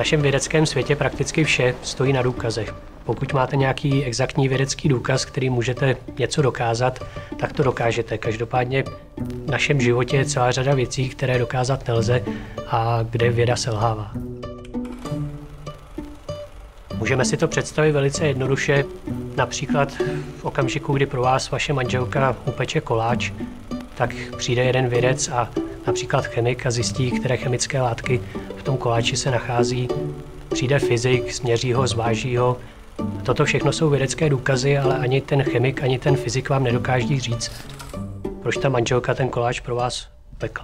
našem vědeckém světě prakticky vše stojí na důkazech. Pokud máte nějaký exaktní vědecký důkaz, který můžete něco dokázat, tak to dokážete. Každopádně v našem životě je celá řada věcí, které dokázat nelze a kde věda selhává. Můžeme si to představit velice jednoduše, například v okamžiku, kdy pro vás vaše manželka upeče koláč, tak přijde jeden vědec a například chemik a zjistí, které chemické látky v tom koláči se nachází. Přijde fyzik, změří ho, zváží ho. Toto všechno jsou vědecké důkazy, ale ani ten chemik, ani ten fyzik vám nedokáží říct, proč ta manželka ten koláč pro vás pekla.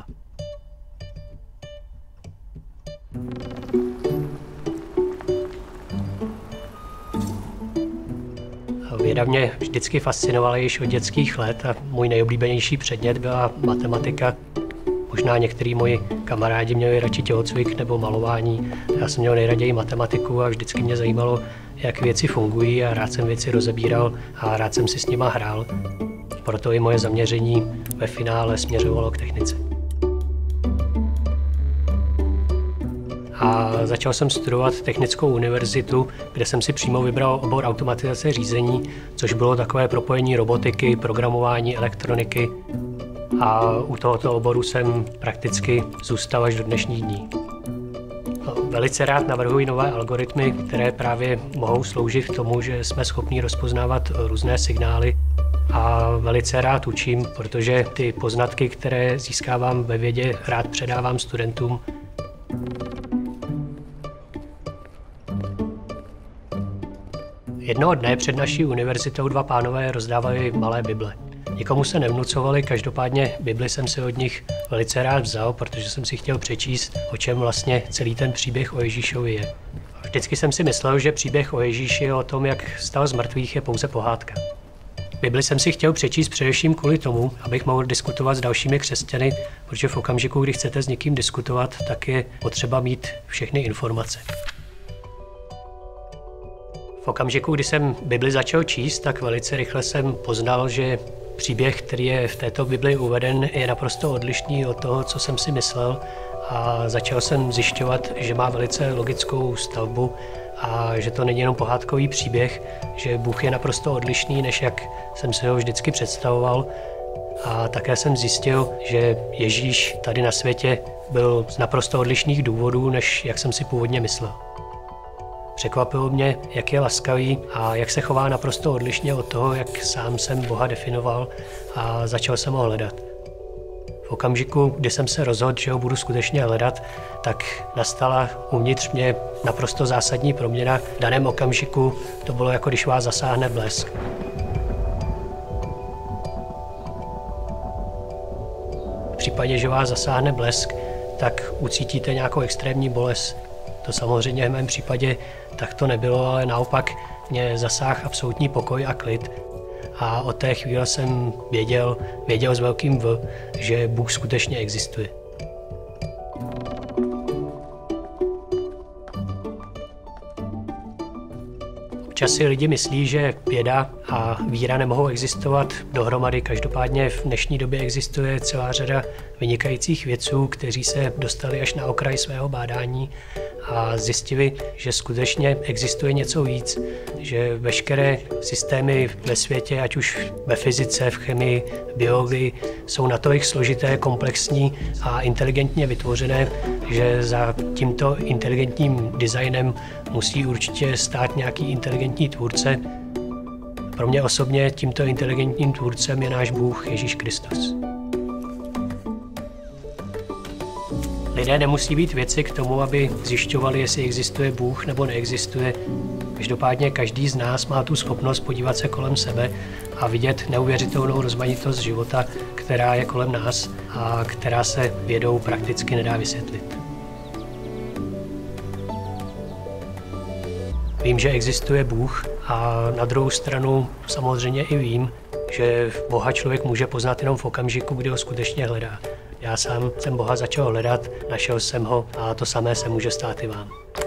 Věda mě vždycky fascinovala již od dětských let a můj nejoblíbenější předmět byla matematika. Možná některý moji kamarádi měli radši tělocvik nebo malování. Já jsem měl nejraději matematiku a vždycky mě zajímalo, jak věci fungují a rád jsem věci rozebíral a rád jsem si s nima hrál. Proto i moje zaměření ve finále směřovalo k technice. A začal jsem studovat Technickou univerzitu, kde jsem si přímo vybral obor automatizace řízení, což bylo takové propojení robotiky, programování, elektroniky. A u tohoto oboru jsem prakticky zůstal až do dnešních dní. Velice rád navrhuji nové algoritmy, které právě mohou sloužit k tomu, že jsme schopni rozpoznávat různé signály. A velice rád učím, protože ty poznatky, které získávám ve vědě, rád předávám studentům. Jednoho dne před naší univerzitou dva pánové rozdávali malé bible. Nikomu se nevnucovali, každopádně Bibli jsem si od nich velice rád vzal, protože jsem si chtěl přečíst, o čem vlastně celý ten příběh o Ježíšovi je. Vždycky jsem si myslel, že příběh o Ježíši o tom, jak vstal z mrtvých, je pouze pohádka. Bibli jsem si chtěl přečíst především kvůli tomu, abych mohl diskutovat s dalšími křesťany, protože v okamžiku, kdy chcete s někým diskutovat, tak je potřeba mít všechny informace. V okamžiku, kdy jsem Bibli začal číst, tak velice rychle jsem poznal, že příběh, který je v této Bibli uveden, je naprosto odlišný od toho, co jsem si myslel, a začal jsem zjišťovat, že má velice logickou stavbu a že to není jenom pohádkový příběh, že Bůh je naprosto odlišný, než jak jsem si ho vždycky představoval. A také jsem zjistil, že Ježíš tady na světě byl z naprosto odlišných důvodů, než jak jsem si původně myslel. Překvapilo mě, jak je laskavý a jak se chová naprosto odlišně od toho, jak sám jsem Boha definoval, a začal jsem ho hledat. V okamžiku, kdy jsem se rozhodl, že ho budu skutečně hledat, tak nastala uvnitř mě naprosto zásadní proměna. V daném okamžiku to bylo, jako když vás zasáhne blesk. V případě, že vás zasáhne blesk, tak ucítíte nějakou extrémní bolest. To samozřejmě v mém případě tak to nebylo, ale naopak mě zasáhl absolutní pokoj a klid. A od té chvíle jsem věděl s velkým V, že Bůh skutečně existuje. Občas si lidi myslí, že věda a víra nemohou existovat dohromady. Každopádně v dnešní době existuje celá řada vynikajících vědců, kteří se dostali až na okraj svého bádání a zjistili, že skutečně existuje něco víc, že veškeré systémy ve světě, ať už ve fyzice, v chemii, v biologii, jsou natolik složité, komplexní a inteligentně vytvořené, že za tímto inteligentním designem musí určitě stát nějaký inteligentní tvůrce. Pro mě osobně tímto inteligentním tvůrcem je náš Bůh Ježíš Kristus. Lidé nemusí být vědci k tomu, aby zjišťovali, jestli existuje Bůh nebo neexistuje. Každopádně každý z nás má tu schopnost podívat se kolem sebe a vidět neuvěřitelnou rozmanitost života, která je kolem nás a která se vědou prakticky nedá vysvětlit. Vím, že existuje Bůh, a na druhou stranu samozřejmě i vím, že Boha člověk může poznat jenom v okamžiku, kdy ho skutečně hledá. Já sám jsem Boha začal hledat, našel jsem ho a to samé se může stát i vám.